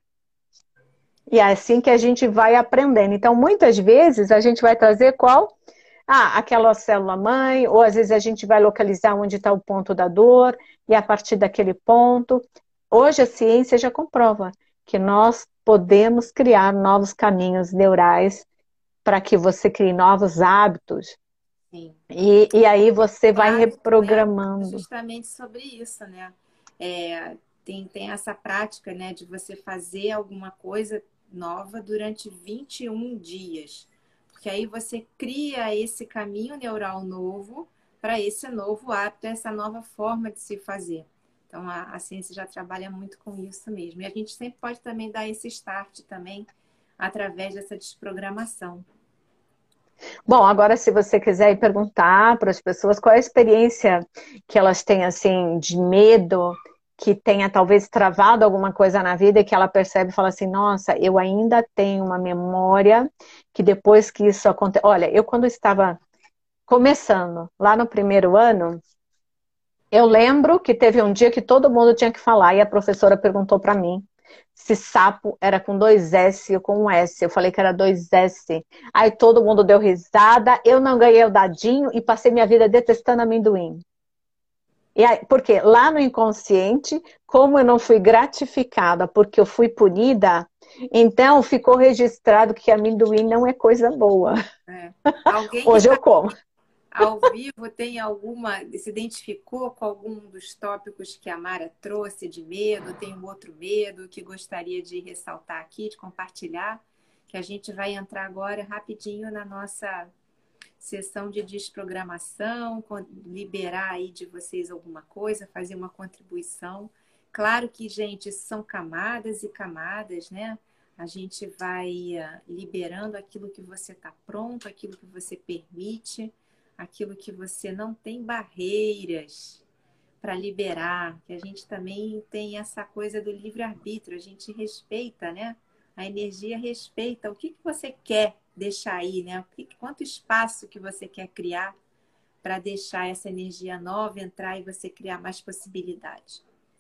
E é assim que a gente vai aprendendo. Então, muitas vezes, a gente vai trazer qual? Ah, aquela célula-mãe, ou às vezes a gente vai localizar onde está o ponto da dor, e a partir daquele ponto. Hoje a ciência já comprova que nós podemos criar novos caminhos neurais para que você crie novos hábitos. Sim. E, e aí você O vai hábito, né, é reprogramando. justamente sobre isso, né? É, tem, tem essa prática, né, de você fazer alguma coisa nova durante vinte e um dias. Porque aí você cria esse caminho neural novo para esse novo hábito, essa nova forma de se fazer. Então, a, a ciência já trabalha muito com isso mesmo. E a gente sempre pode também dar esse start também através dessa desprogramação. Bom, agora se você quiser ir perguntar para as pessoas qual é a experiência que elas têm, assim, de medo que tenha talvez travado alguma coisa na vida e que ela percebe e fala assim, nossa, eu ainda tenho uma memória que depois que isso aconteceu... Olha, eu quando estava começando, lá no primeiro ano, eu lembro que teve um dia que todo mundo tinha que falar e a professora perguntou para mim se sapo era com dois S ou com um S. Eu falei que era dois S. Aí todo mundo deu risada, eu não ganhei o dadinho e passei minha vida detestando amendoim. E aí, porque lá no inconsciente, como eu não fui gratificada porque eu fui punida, então ficou registrado que amendoim não é coisa boa. É. Alguém que Hoje eu está como. ao vivo tem alguma, se identificou com algum dos tópicos que a Mara trouxe de medo, tem um outro medo que gostaria de ressaltar aqui, de compartilhar, que a gente vai entrar agora rapidinho na nossa sessão de desprogramação, liberar aí de vocês alguma coisa, fazer uma contribuição. Claro que, gente, são camadas e camadas, né? A gente vai liberando aquilo que você está pronto, aquilo que você permite, aquilo que você não tem barreiras para liberar, que a gente também tem essa coisa do livre-arbítrio, a gente respeita, né? A energia respeita o que, que você quer deixar aí, né? O que, quanto espaço que você quer criar para deixar essa energia nova entrar e você criar mais possibilidades.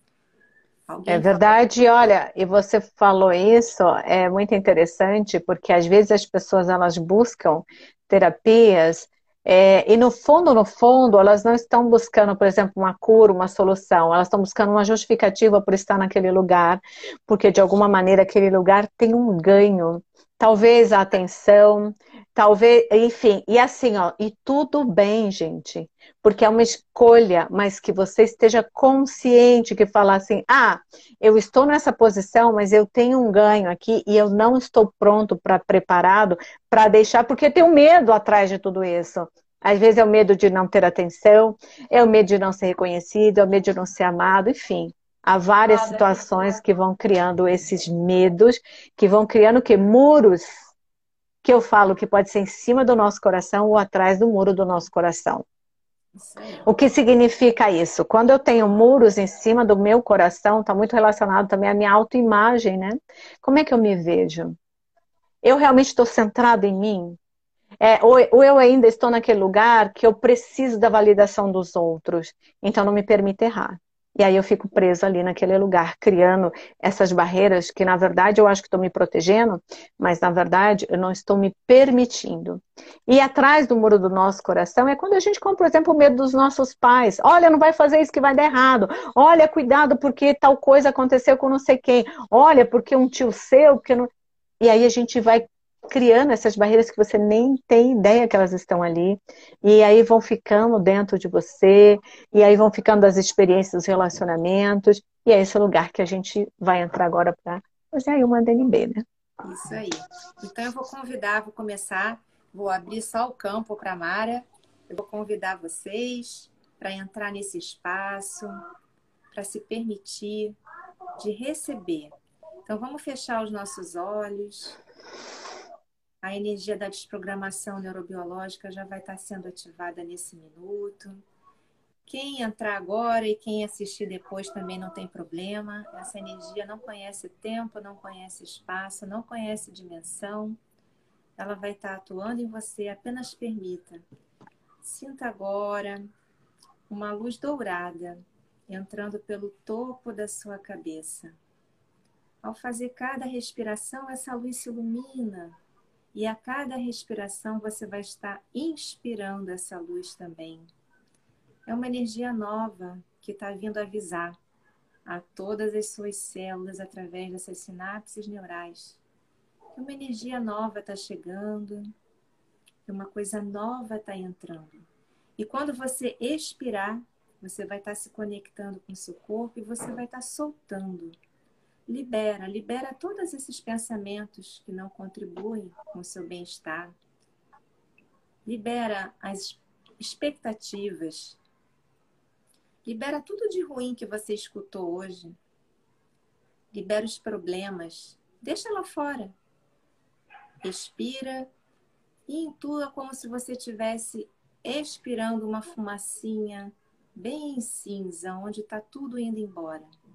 É Alguém falou? verdade, olha, e você falou isso, é muito interessante, porque às vezes as pessoas elas buscam terapias, é, e no fundo, no fundo, elas não estão buscando, por exemplo, uma cura, uma solução, elas estão buscando uma justificativa por estar naquele lugar, porque de alguma maneira aquele lugar tem um ganho, talvez a atenção, talvez, enfim, e assim, ó, e tudo bem, gente, porque é uma escolha, mas que você esteja consciente, que falar assim, ah, eu estou nessa posição, mas eu tenho um ganho aqui e eu não estou pronto, para preparado para deixar, porque eu tenho medo atrás de tudo isso. Às vezes é o medo de não ter atenção, é o medo de não ser reconhecido, é o medo de não ser amado, enfim. Há várias situações que vão criando esses medos, que vão criando que muros, que eu falo que pode ser em cima do nosso coração ou atrás do muro do nosso coração. Isso aí. O que significa isso? Quando eu tenho muros em cima do meu coração, está muito relacionado também à minha autoimagem, né? Como é que eu me vejo? Eu realmente estou centrado em mim? É, ou, ou eu ainda estou naquele lugar que eu preciso da validação dos outros, então não me permite errar. E aí eu fico presa ali naquele lugar, criando essas barreiras que na verdade eu acho que estou me protegendo, mas na verdade eu não estou me permitindo. E atrás do muro do nosso coração é quando a gente compra, por exemplo, o medo dos nossos pais. Olha, não vai fazer isso que vai dar errado. Olha, cuidado porque tal coisa aconteceu com não sei quem. Olha, porque um tio seu... Porque não... E aí a gente vai criando essas barreiras que você nem tem ideia que elas estão ali, e aí vão ficando dentro de você, e aí vão ficando as experiências, os relacionamentos, e é esse lugar que a gente vai entrar agora para fazer aí uma D N B, né? Isso aí. Então eu vou convidar, vou começar, vou abrir só o campo para a Mara, eu vou convidar vocês para entrar nesse espaço, para se permitir de receber. Então vamos fechar os nossos olhos. A energia da desprogramação neurobiológica já vai estar sendo ativada nesse minuto. Quem entrar agora e quem assistir depois também não tem problema. Essa energia não conhece tempo, não conhece espaço, não conhece dimensão. Ela vai estar atuando em você, apenas permita. Sinta agora uma luz dourada entrando pelo topo da sua cabeça. Ao fazer cada respiração, essa luz se ilumina. E a cada respiração você vai estar inspirando essa luz também. É uma energia nova que está vindo avisar a todas as suas células através dessas sinapses neurais. Que uma energia nova está chegando, que uma coisa nova está entrando. E quando você expirar, você vai estar se conectando com o seu corpo e você vai estar soltando. Libera, libera todos esses pensamentos que não contribuem com o seu bem-estar. Libera as expectativas. Libera tudo de ruim que você escutou hoje. Libera os problemas. Deixa lá fora. Respira e intua como se você estivesse expirando uma fumacinha bem cinza, onde está tudo indo embora.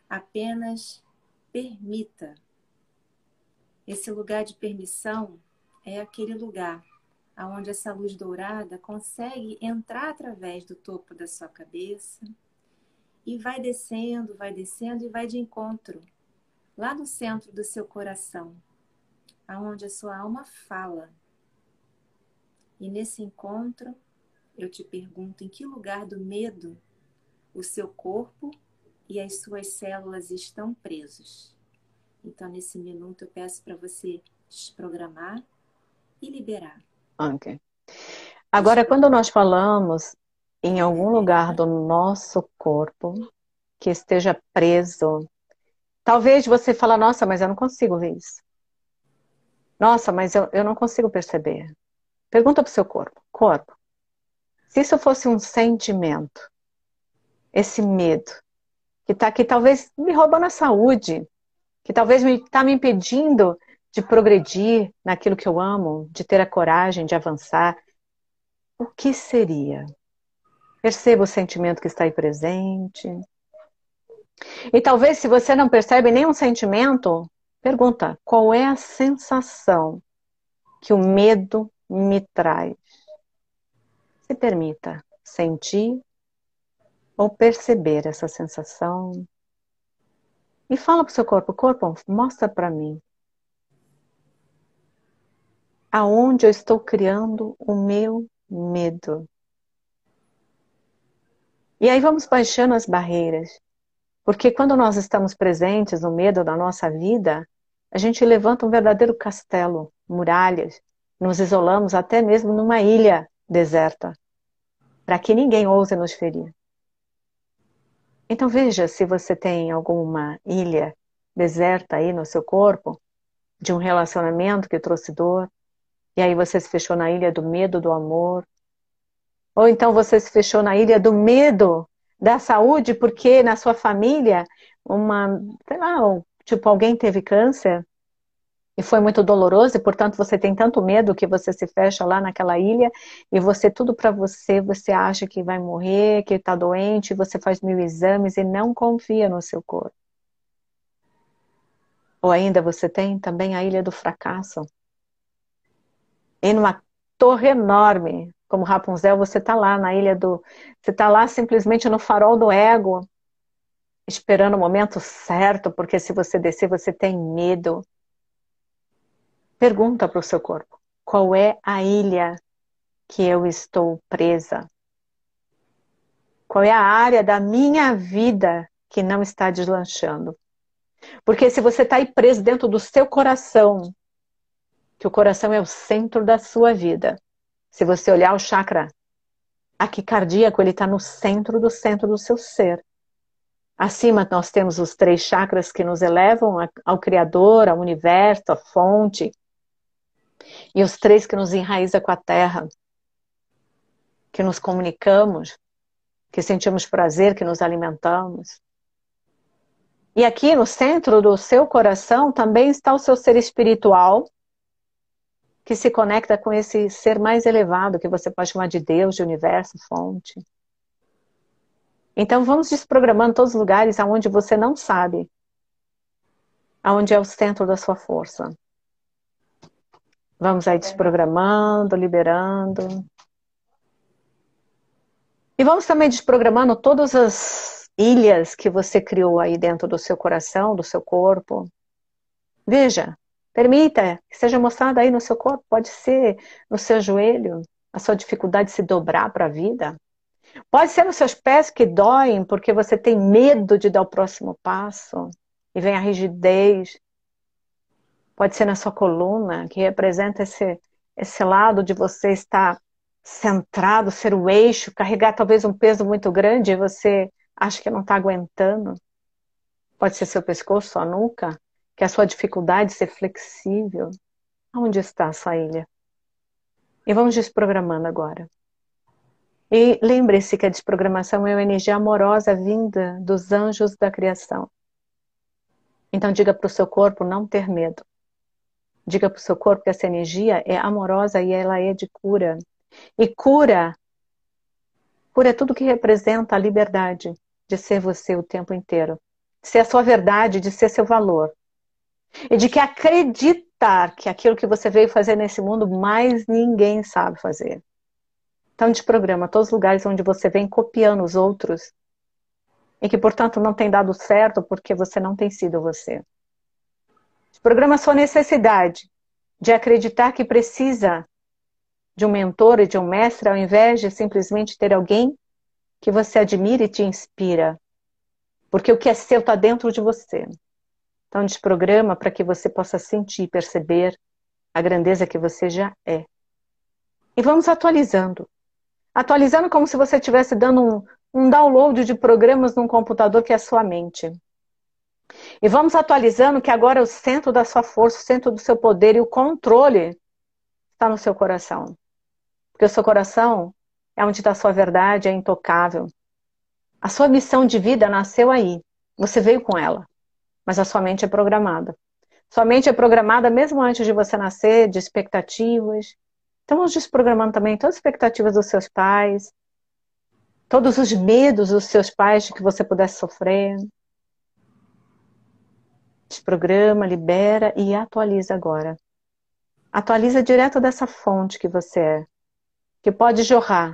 Apenas permita. Esse lugar de permissão é aquele lugar onde essa luz dourada consegue entrar através do topo da sua cabeça e vai descendo, vai descendo e vai de encontro lá no centro do seu coração, aonde a sua alma fala. E nesse encontro, eu te pergunto em que lugar do medo o seu corpo e as suas células estão presos. Então, nesse minuto, eu peço para você desprogramar e liberar. Ok. Agora, quando nós falamos em algum lugar do nosso corpo que esteja preso, talvez você fale, nossa, mas eu não consigo ver isso. Nossa, mas eu, eu não consigo perceber. Pergunta para o seu corpo. Corpo, se isso fosse um sentimento, esse medo, que está aqui talvez me roubando a saúde, que talvez está me impedindo de progredir naquilo que eu amo, de ter a coragem de avançar, o que seria? Perceba o sentimento que está aí presente. E talvez se você não percebe nenhum sentimento, pergunta, qual é a sensação que o medo me traz? Se permita sentir ou perceber essa sensação. E fala para o seu corpo, corpo, mostra para mim. Aonde eu estou criando o meu medo. E aí vamos baixando as barreiras. Porque quando nós estamos presentes no medo da nossa vida, a gente levanta um verdadeiro castelo, muralhas, nos isolamos até mesmo numa ilha deserta, para que ninguém ouse nos ferir. Então veja se você tem alguma ilha deserta aí no seu corpo, de um relacionamento que trouxe dor, e aí você se fechou na ilha do medo do amor, ou então você se fechou na ilha do medo da saúde, porque na sua família, uma, sei lá, tipo, alguém teve câncer e foi muito doloroso, e portanto você tem tanto medo que você se fecha lá naquela ilha e você, tudo para você, você acha que vai morrer, que está doente, você faz mil exames e não confia no seu corpo. Ou ainda você tem também a ilha do fracasso. E numa torre enorme, como Rapunzel, você está lá na ilha do... Você está lá simplesmente no farol do ego, esperando o momento certo, porque se você descer, você tem medo. Pergunta para o seu corpo, qual é a ilha que eu estou presa? Qual é a área da minha vida que não está deslanchando? Porque se você está aí preso dentro do seu coração, que o coração é o centro da sua vida, se você olhar o chakra aqui cardíaco, ele está no centro do centro do seu ser. Acima nós temos os três chakras que nos elevam ao Criador, ao universo, à fonte. E os três que nos enraiza com a terra. Que nos comunicamos, que sentimos prazer, que nos alimentamos. E aqui no centro do seu coração também está o seu ser espiritual, que se conecta com esse ser mais elevado, que você pode chamar de Deus, de universo, fonte. Então vamos desprogramando todos os lugares onde você não sabe, aonde é o centro da sua força. Vamos aí desprogramando, liberando. E vamos também desprogramando todas as ilhas que você criou aí dentro do seu coração, do seu corpo. Veja, permita que seja mostrado aí no seu corpo, pode ser no seu joelho, a sua dificuldade de se dobrar para a vida. Pode ser nos seus pés que doem porque você tem medo de dar o próximo passo e vem a rigidez. Pode ser na sua coluna, que representa esse, esse lado de você estar centrado, ser o eixo, carregar talvez um peso muito grande e você acha que não está aguentando. Pode ser seu pescoço, sua nuca, que é a sua dificuldade de ser flexível. Onde está a sua ilha? E vamos desprogramando agora. E lembre-se que a desprogramação é uma energia amorosa vinda dos anjos da criação. Então diga para o seu corpo não ter medo. Diga para o seu corpo que essa energia é amorosa e ela é de cura. E cura, cura é tudo que representa a liberdade de ser você o tempo inteiro. de ser a sua verdade, de ser seu valor. E de que acreditar que aquilo que você veio fazer nesse mundo, mais ninguém sabe fazer. Então, desprograma todos os lugares onde você vem copiando os outros e que, portanto, não tem dado certo porque você não tem sido você. Desprograma a sua necessidade de acreditar que precisa de um mentor e de um mestre, ao invés de simplesmente ter alguém que você admira e te inspira. Porque o que é seu está dentro de você. Então, desprograma para que você possa sentir e perceber a grandeza que você já é. E vamos atualizando. Atualizando como se você estivesse dando um, um download de programas num computador que é a sua mente. E vamos atualizando que agora o centro da sua força, o centro do seu poder e o controle está no seu coração. Porque o seu coração é onde está a sua verdade, é intocável. A sua missão de vida nasceu aí. Você veio com ela. Mas a sua mente é programada. Sua mente é programada mesmo antes de você nascer, de expectativas. Então vamos desprogramando também todas as expectativas dos seus pais, todos os medos dos seus pais de que você pudesse sofrer. Desprograma, libera e atualiza agora. Atualiza direto dessa fonte que você é, que pode jorrar.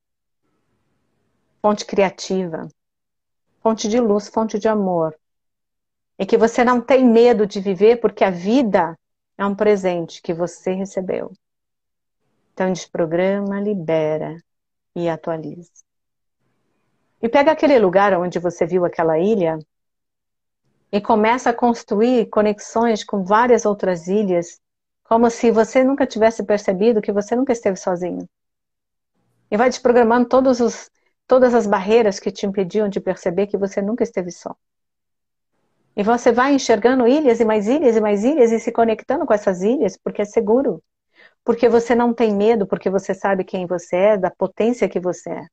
Fonte criativa, fonte de luz, fonte de amor. E que você não tem medo de viver porque a vida é um presente que você recebeu. Então desprograma, libera e atualiza. E pega aquele lugar onde você viu aquela ilha e começa a construir conexões com várias outras ilhas, como se você nunca tivesse percebido que você nunca esteve sozinho. E vai desprogramando todos os, todas as barreiras que te impediam de perceber que você nunca esteve só. E você vai enxergando ilhas e mais ilhas e mais ilhas e se conectando com essas ilhas, porque é seguro. Porque você não tem medo, porque você sabe quem você é, da potência que você é.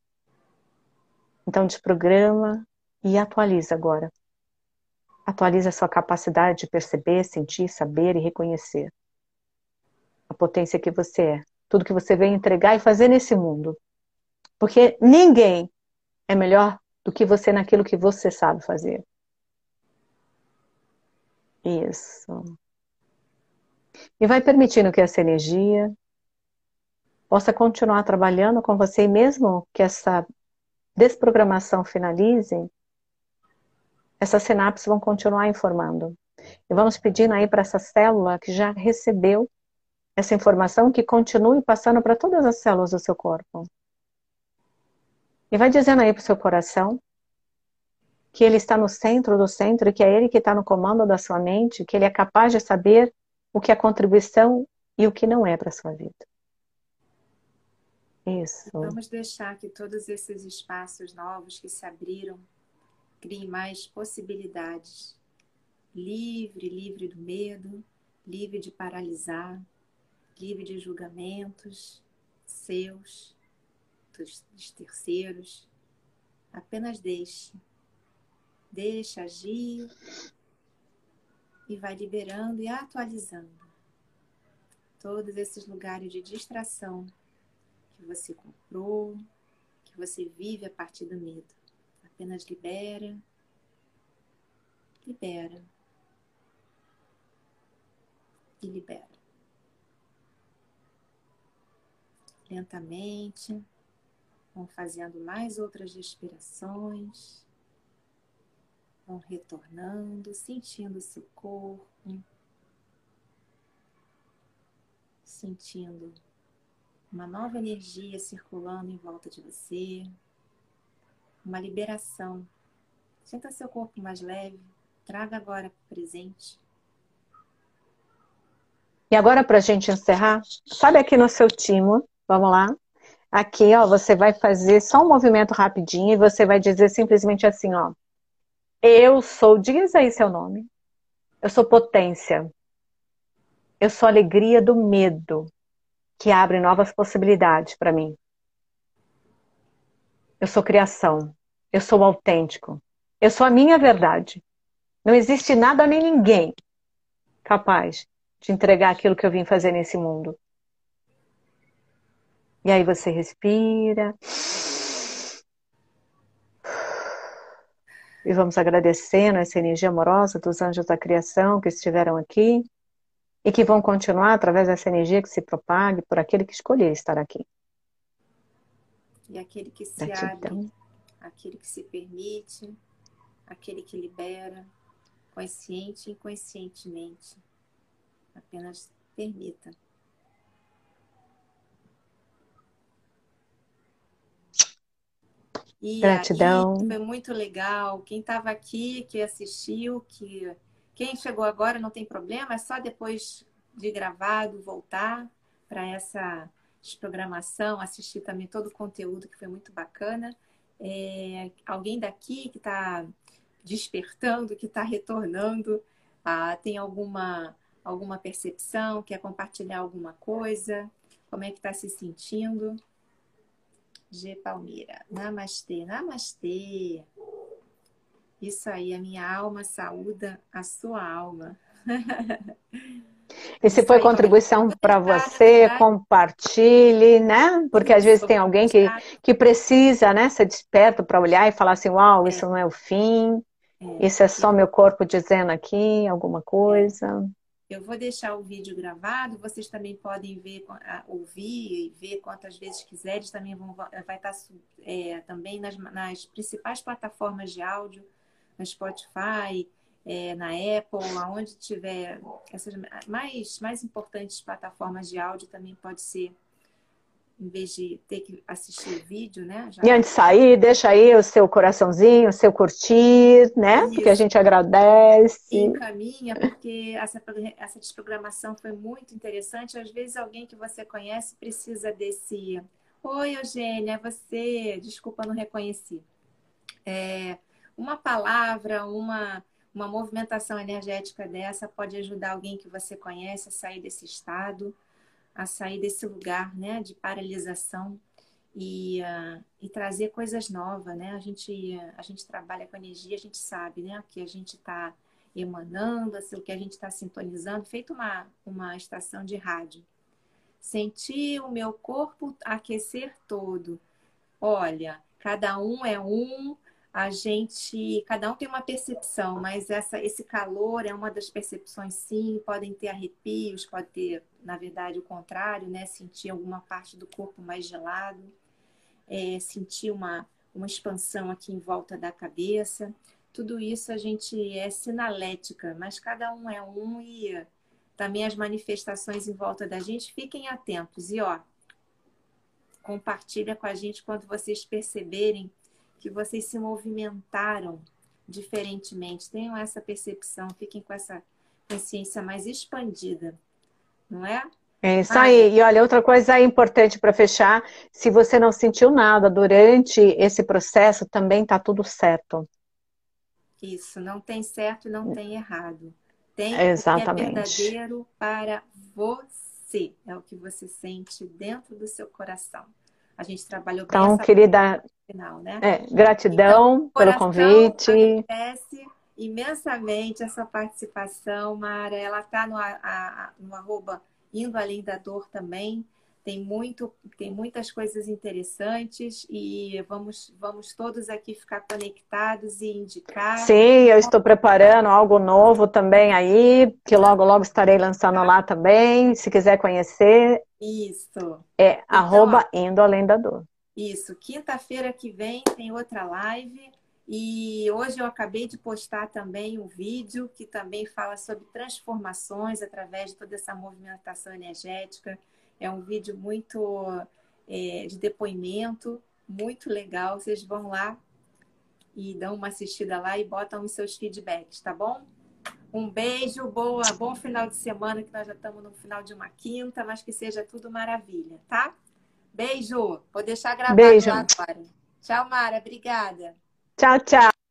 Então desprograma e atualiza agora. Atualiza a sua capacidade de perceber, sentir, saber e reconhecer a potência que você é. Tudo que você veio entregar e fazer nesse mundo. Porque ninguém é melhor do que você naquilo que você sabe fazer. Isso. E vai permitindo que essa energia possa continuar trabalhando com você, e mesmo que essa desprogramação finalize, essas sinapses vão continuar informando. E vamos pedindo aí para essa célula que já recebeu essa informação, que continue passando para todas as células do seu corpo. E vai dizendo aí para o seu coração que ele está no centro do centro e que é ele que está no comando da sua mente, que ele é capaz de saber o que é contribuição e o que não é para a sua vida. Isso. Vamos deixar que todos esses espaços novos que se abriram criem mais possibilidades. Livre, livre do medo, livre de paralisar, livre de julgamentos seus, dos, dos terceiros. Apenas deixe. Deixe agir e vai liberando e atualizando todos esses lugares de distração que você comprou, que você vive a partir do medo. Apenas libera, libera e libera. Lentamente, vão fazendo mais outras respirações, vão retornando, sentindo o seu corpo, sentindo uma nova energia circulando em volta de você, uma liberação. Sinta seu corpo mais leve, traga agora para o presente. E agora, para a gente encerrar, sabe aqui no seu timo, vamos lá, aqui ó, você vai fazer só um movimento rapidinho e você vai dizer simplesmente assim, ó, eu sou, diz aí seu nome, eu sou potência, eu sou alegria do medo, que abre novas possibilidades para mim. Eu sou criação, eu sou autêntico, eu sou a minha verdade. Não existe nada nem ninguém capaz de entregar aquilo que eu vim fazer nesse mundo. E aí você respira. e vamos agradecendo essa energia amorosa dos anjos da criação que estiveram aqui e que vão continuar através dessa energia que se propague por aquele que escolher estar aqui. E aquele que se Gratidão. abre, aquele que se permite, aquele que libera, consciente e inconscientemente. Apenas permita. E Gratidão. aí foi muito legal. Quem estava aqui, que assistiu, que quem chegou agora não tem problema, é só depois de gravado voltar para essa desprogramação, assistir também todo o conteúdo que foi muito bacana. É, alguém daqui que está despertando, que está retornando, ah, tem alguma, alguma percepção, quer compartilhar alguma coisa? Como é que está se sentindo? G. Palmeira. Namastê, namastê. Isso aí, a minha alma saúda a sua alma. E se foi contribuição para você, compartilhe, né? Porque às vezes tem alguém que, que precisa, né? Ser desperto para olhar e falar assim, uau, isso não é o fim. Isso é só meu corpo dizendo aqui alguma coisa. Eu vou deixar o vídeo gravado, vocês também podem ver, ouvir e ver quantas vezes quiserem, também vão, vai estar é, também nas, nas principais plataformas de áudio, no Spotify, é, na Apple, aonde tiver essas mais, mais importantes plataformas de áudio também pode ser, em vez de ter que assistir o vídeo, né? Já... E antes de sair, deixa aí o seu coraçãozinho, o seu curtir, né? Isso. Porque a gente agradece. E encaminha, porque essa, essa desprogramação foi muito interessante. Às vezes alguém que você conhece precisa desse... Oi, Eugênia, é você? Desculpa, não reconheci. É, uma palavra, uma, uma movimentação energética dessa pode ajudar alguém que você conhece a sair desse estado, a sair desse lugar, né, de paralisação e, uh, e trazer coisas novas, né? A gente, a gente trabalha com energia, a gente sabe, né, o que a gente está emanando, assim, o que a gente está sintonizando, feito uma, uma estação de rádio. Sentir o meu corpo aquecer todo. Olha, cada um é um, a gente, cada um tem uma percepção, mas essa, esse calor é uma das percepções, sim. Podem ter arrepios, pode ter, na verdade, o contrário, né? Sentir alguma parte do corpo mais gelado, é, sentir uma, uma expansão aqui em volta da cabeça. Tudo isso a gente é sinalética, mas cada um é um e também as manifestações em volta da gente, fiquem atentos. E, ó, compartilha com a gente quando vocês perceberem que vocês se movimentaram diferentemente. Tenham essa percepção, fiquem com essa consciência mais expandida, não é? É isso aí. E olha, outra coisa importante para fechar, se você não sentiu nada durante esse processo, também tá tudo certo. Isso, não tem certo e não tem errado. Tem Exatamente. O que é verdadeiro para você. É o que você sente dentro do seu coração. A gente trabalhou bem então, essa querida, final, né? É, gratidão então, pelo convite. Agradece imensamente a sua participação, Mara. Ela está no, no arroba Indo Além da Dor também. Tem, muito, tem muitas coisas interessantes e vamos, vamos todos aqui ficar conectados e indicar. Sim, eu estou preparando algo novo também aí, que logo, logo estarei lançando lá também. Se quiser conhecer, isso. É então, arroba Indo Além da Dor. Isso. Quinta-feira que vem tem outra live. E hoje eu acabei de postar também um vídeo que também fala sobre transformações através de toda essa movimentação energética. É um vídeo muito é, de depoimento, muito legal. Vocês vão lá e dão uma assistida lá e botam os seus feedbacks, tá bom? Um beijo, boa, bom final de semana, que nós já estamos no final de uma quinta, mas que seja tudo maravilha, tá? Beijo! Vou deixar gravado Beijo. lá agora. Tchau, Mara. Obrigada. Tchau, tchau.